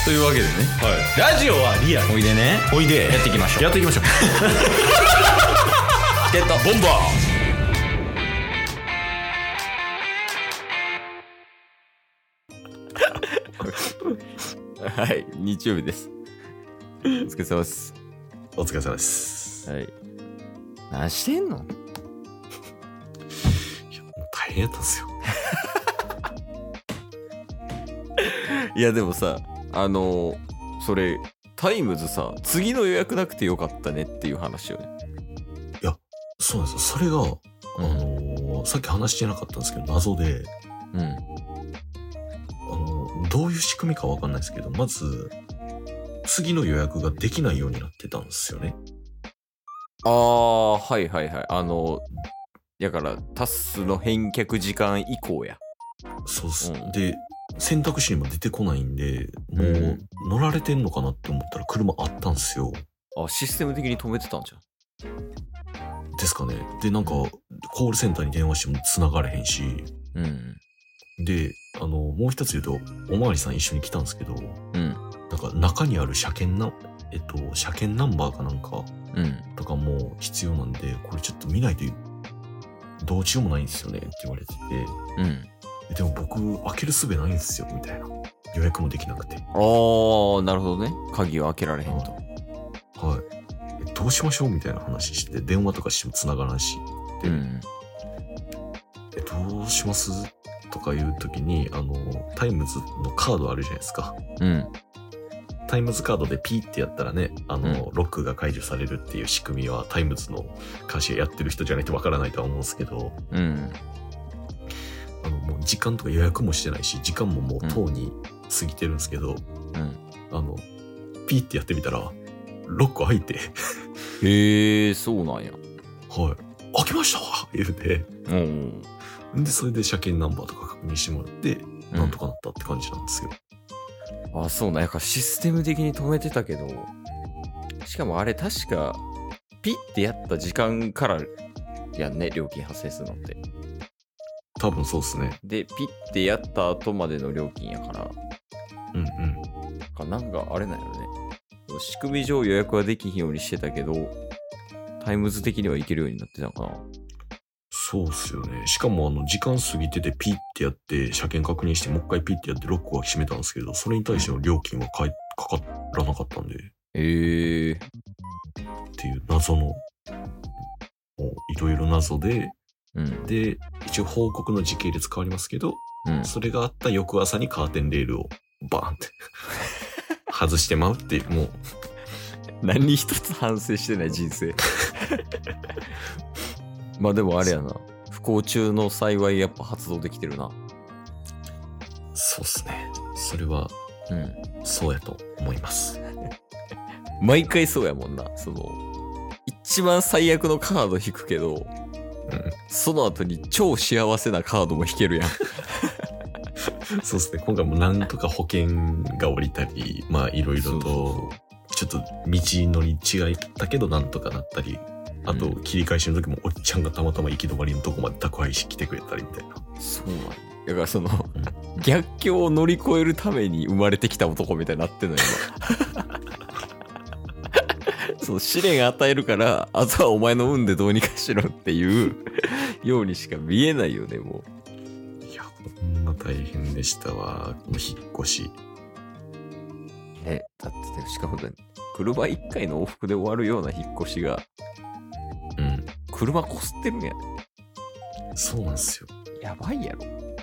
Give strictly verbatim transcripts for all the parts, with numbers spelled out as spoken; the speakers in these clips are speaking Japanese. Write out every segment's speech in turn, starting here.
というわけでね、 はい、ラジオはリアル。 おいでね、 おいでやっていきましょう。 やっていきましょう。 チケットボンバーはい、日曜日です。お疲れ様です。 お疲れ様です。 はい。何してんの？いや、 大変やったんですよ。 いやでもさ、あのー、それタイムズさ、次の予約なくてよかったねっていう話よね。 いや、そうなんですよ。それが、あのー、さっき話してなかったんですけど、謎で、 うん、 あのー、どういう仕組みかわかんないですけど、まず次の予約ができないようになってたんですよね。 ああ、はいはいはい。あのやからタスの返却時間以降や。 そうっす、 うん、で選択肢にも出てこないんで、もう乗られてんのかなって思ったら車あったんすよ。 あ、システム的に止めてたんじゃんですかね。で、なんかコールセンターに電話しても繋がれへんし、 うん、 で、あのもう一つ言うと、おまわりさん一緒に来たんですけど、 うん、 なんか中にある車検なえっと車検ナンバーかなんか、 うん、 とかも必要なんで、これちょっと見ないとどうしようもないんですよねって言われてて、 うん。 でも僕開ける術ないんですよみたいな、予約もできなくて。 ああ、なるほどね。鍵を開けられへんと。 はい。えどうしましょうみたいな話して、電話とかしても繋がらんし。で、うん、えどうしますとかいう時に、あのタイムズのカードあるじゃないですか。 うん。 タイムズカードでピーってやったらね、あの、うん、ロックが解除されるっていう仕組みはタイムズの会社やってる人じゃないとわからないとは思うんですけど、 うん。 あの、もう時間とか予約もしてないし、時間ももうとうに過ぎてるんですけど、 うん。 あの、ピーってやってみたら、ロック開いて。 へえ、そうなんや。 はい。開けました言うて。 うん。 で、それで車検ナンバーとか確認してもらって、うん、なんとかなったって感じなんですよ。 あ、そうなんや。システム的に止めてたけど、しかもあれ確かピッてやった時間からやんね、料金発生するのって。 多分そうっすね。 で、ピッてやった後までの料金やから。 うんうん。 かなんかあれなんやろね。仕組み上予約はできひんようにしてたけど、タイムズ的にはいけるようになってたのかな。 そうっすよね。しかもあの時間過ぎててピッてやって車検確認してもう一回ピッてやってロックは閉めたんですけど、それに対しての料金はかいかからなかったんで。 へえー。 っていう謎の、もういろいろ謎で、うん、で、一応報告の時系列変わりますけど、うん、それがあった翌朝にカーテンレールをバーンって外してまうっていう、もう。 何一つ反省してない人生。まあでもあれやな、不幸中の幸いやっぱ発動できてるな。 そうっすね。それは、うん、そうやと思います。 毎回そうやもんな。その一番最悪のカード引くけど、うん、その後に超幸せなカードも引けるやん。 そうっすね。今回もなんとか保険が降りたり、まあいろいろとちょっと道のり違ったけどなんとかなったり。あと、切り返しの時もおっちゃんがたまたま行き止まりのとこまで宅配し来てくれたりみたいな。 そうなんだ。だからその、うん、逆境を乗り越えるために生まれてきた男みたいになってんのよ、今。そう、試練与えるから、あとはお前の運でどうにかしろっていうようにしか見えないよね、もう。いや、こんな大変でしたわ。この引っ越し。 え、だって、しかも車いっかいの往復で終わるような引っ越しが、 うん。 車こすってるんや。 そうなんすよ。 やばいやろ。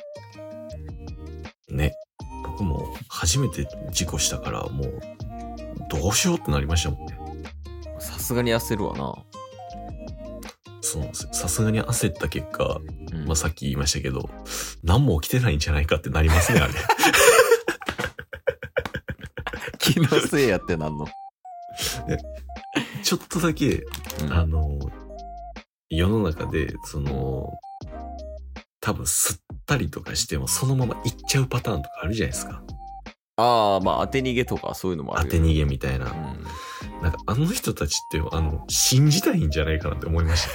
ね。僕も初めて事故したから、もう、どうしようってなりましたもんね。 さすがに焦るわな。 そうなんですよ。さすがに焦った結果、うん、まあさっき言いましたけど、何も起きてないんじゃないかってなりますね、あれ。 気のせいやってなんの。 ちょっとだけ、うん、あの、世の中で、その、多分吸ったりとかしてもそのまま行っちゃうパターンとかあるじゃないですか。 ああ、まあ当て逃げとかそういうのもあるよ、ね。 当て逃げみたいな。うん、なんかあの人たちって、あの、信じたいんじゃないかなって思いました。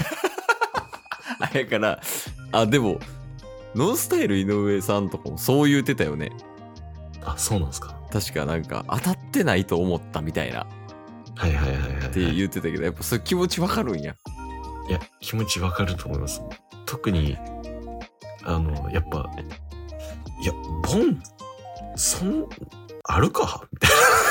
だから、あ、でも、ノンスタイル井上さんとかもそう言ってたよね。 あ、そうなんですか。 確かなんか当たってないと思ったみたいなはいはいはいはい、はい。 って言ってたけど、やっぱそういう気持ちわかるんや。 いや、気持ちわかると思います。特に、あの、やっぱ、いや、ボン、そん、あるかみたい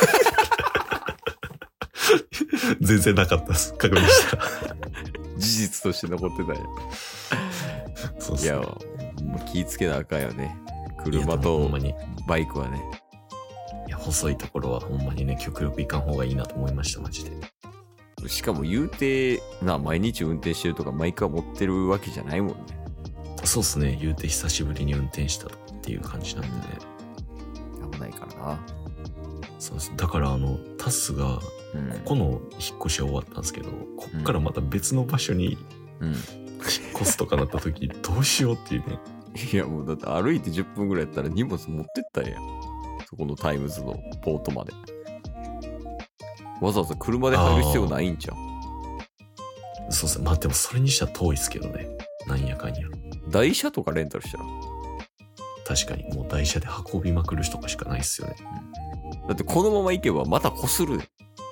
な。全然なかったです。確認したら。 事実として残ってたんや。 そうっすね。 いや、もう気ぃつけなあかんよね。車いやでもほとんまに、 バイクはね。 いや、細いところはほんまにね、極力行かん方がいいなと思いました、マジで。 しかも言うて、な、毎日運転してるとかマイクは持ってるわけじゃないもんね。 そうっすね。言うて久しぶりに運転したっていう感じなんでね。 危ないからな。 そうです。だからあの、タスが、 うん。 ここの引っ越しは終わったんですけど、こっからまた別の場所にうん。 引っ越すとかなった時、どうしようっていうね。 いやもうだって歩いてじゅっぷんぐらいやったら荷物持ってったらやん。そこのタイムズのポートまで。わざわざ車で入る必要ないんちゃう？ そうっすね。まあでもそれにしては遠いっすけどね。なんやかんや。 台車とかレンタルしたら。 確かにもう台車で運びまくる人とかしかないっすよね。 だってこのまま行けばまた擦るで。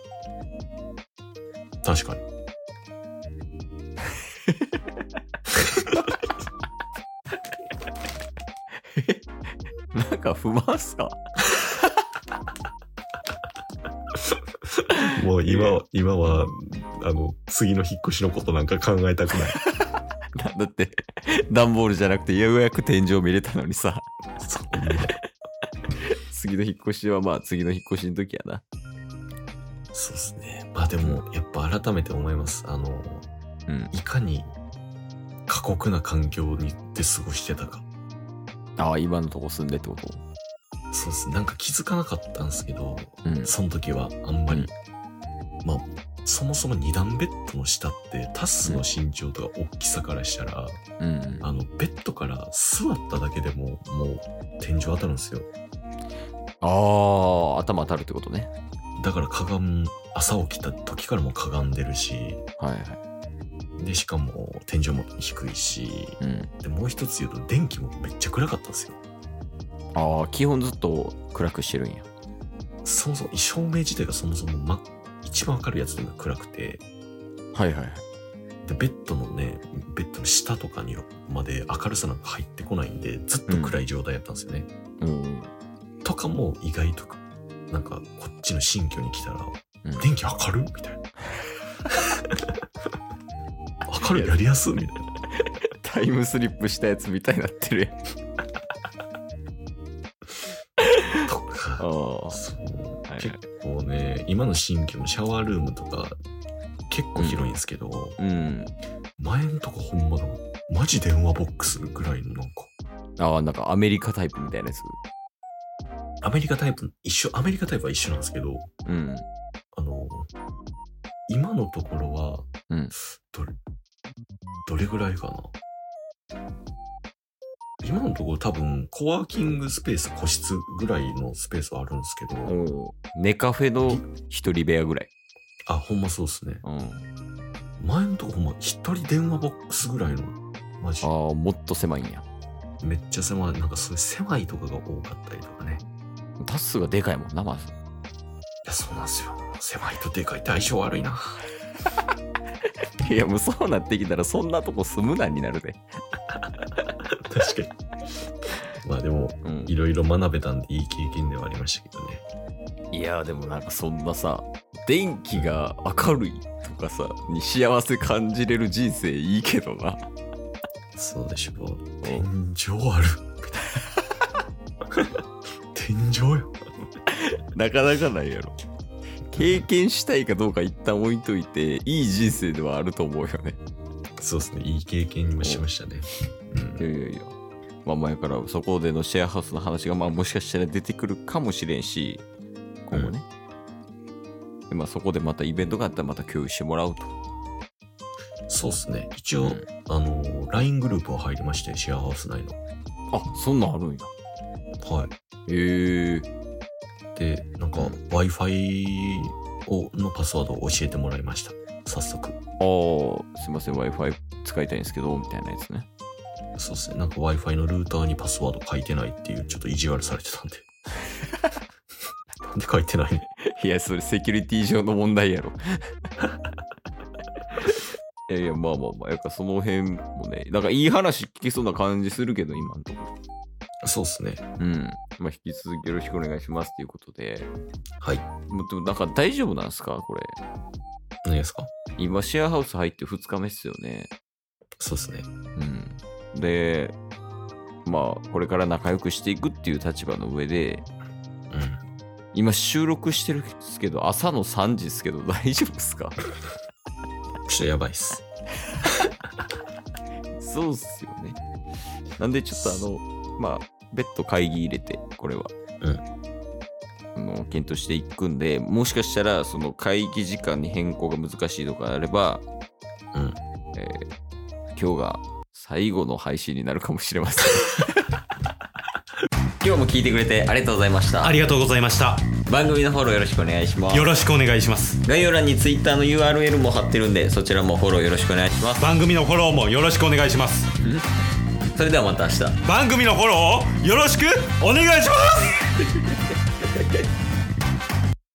確かに。 なんか不満っすか？ もう今は、今は、あの、次の引っ越しのことなんか考えたくない。 だって段ボールじゃなくてようやく天井見れたのにさ。 そう次の引っ越しはまあ次の引っ越しの時やな。 そうですね。まあでも、やっぱ改めて思います。あの、 うん。 いかに過酷な環境にで過ごしてたか。 ああ、今のとこ住んでってこと？ そうです。なんか気づかなかったんですけど、 うん。 その時はあんまり、まあ、そもそも二段ベッドの下ってタスの身長とか大きさからしたら、 うんうん。 あの、ベッドから座っただけでも、もう天井当たるんですよ。 ああ、頭当たるってことね。 だからかがん、朝起きた時からもかがんでるし、 はいはい。 で、しかも天井も低いし、 うん。 で、もう一つ言うと電気もめっちゃ暗かったんですよ。 ああ、基本ずっと暗くしてるんや。 そもそも、照明自体がそもそも、ま、一番明るいやつでも暗くて、 はいはいはい。 で、ベッドのね、ベッドの下とかにまで明るさなんか入ってこないんで、ずっと暗い状態やったんですよね。 うんうん。 とかも意外と、なんかこっちの新居に来たら、 うん、 電気明るみたいな。明るいやりやすみたいな。 タイムスリップしたやつみたいになってるやん。 とか、 ああ。 そう、 はいはい、 結構ね、今の新居のシャワールームとか結構広いんですけど、 うん。うん、 前んとこほんまだマジ電話ボックスぐらいのなんか。 ああ、なんかアメリカタイプみたいなやつ。 アメリカタイプ、一緒、アメリカタイプは一緒なんですけど、 うん。 あの、今のところは、 うん。 どれ、どれぐらいかな。今のところ多分、コワーキングスペース、個室ぐらいのスペースはあるんですけど、 おネカフェの一人部屋ぐらい。 あ、ほんまそうですね。 うん。 前のとこほんま、一人電話ボックスぐらいの、マジ。 ああ、もっと狭いんや。 めっちゃ狭い、なんかそういう狭いとかが多かったりとかね。 タスがでかいもんな、まず。 いや、そうなんですよ。狭いとでかいって相性悪いな。 いや、もうそうなってきたら、そんなとこ住むなになるで。 確かに。まあでも、 うん、 いろいろ学べたんでいい経験ではありましたけどね。 いや、でもなんかそんなさ、電気が明るいとかさ、に幸せ感じれる人生いいけどな。 そうでしょう。天井ある。天井よ。 なかなかないやろ。経験したいかどうか一旦置いといて、いい人生ではあると思うよね。 そうですね。いい経験にもしましたね。 うん、いやいやいや。まあ前からそこでのシェアハウスの話がまあもしかしたら出てくるかもしれんし、今後ね。うん、でまあそこでまたイベントがあったらまた共有してもらうと。 そうですね。一応、 うん、 あの、ライン グループは入りまして、シェアハウス内の。 あ、そんなんあるんや。 はい。 へえ。 で、なんか、うん、Wi-Fi をのパスワードを教えてもらいました。早速。 ああ、すいません、Wi-Fi 使いたいんですけど、みたいなやつね。 そうですね。なんか Wi-Fi のルーターにパスワード書いてないっていう、ちょっと意地悪されてたんで。 なんで書いてないの？ いや、それセキュリティ上の問題やろ。いやいや、まあまあまあ、やっぱその辺もね、なんかいい話聞きそうな感じするけど、今のところ。 そうっすね。 うん。まあ、引き続きよろしくお願いしますということで。 はい。 もうでもなんか大丈夫なんすかこれ。 何ですか？ 今、シェアハウス入ってふつかめっすよね。 そうっすね。 うん。で、まあ、これから仲良くしていくっていう立場の上で、 うん。 今収録してるんですけど、朝のさんじですけど、大丈夫っすか？ ちょっとやばいっす。 そうっすよね。なんでちょっとあの、まあ、別途会議入れて、これは。 うん。 あの検討していくんで、もしかしたら、その会議時間に変更が難しいとかあれば、 うん。 えー、今日が最後の配信になるかもしれません。今日も聞いてくれてありがとうございました。 ありがとうございました。 番組のフォローよろしくお願いします。 よろしくお願いします。 概要欄に Twitter の ユーアールエル も貼ってるんで、そちらもフォローよろしくお願いします。 番組のフォローもよろしくお願いします。 それではまた明日。 番組のフォローをよろしくお願いします。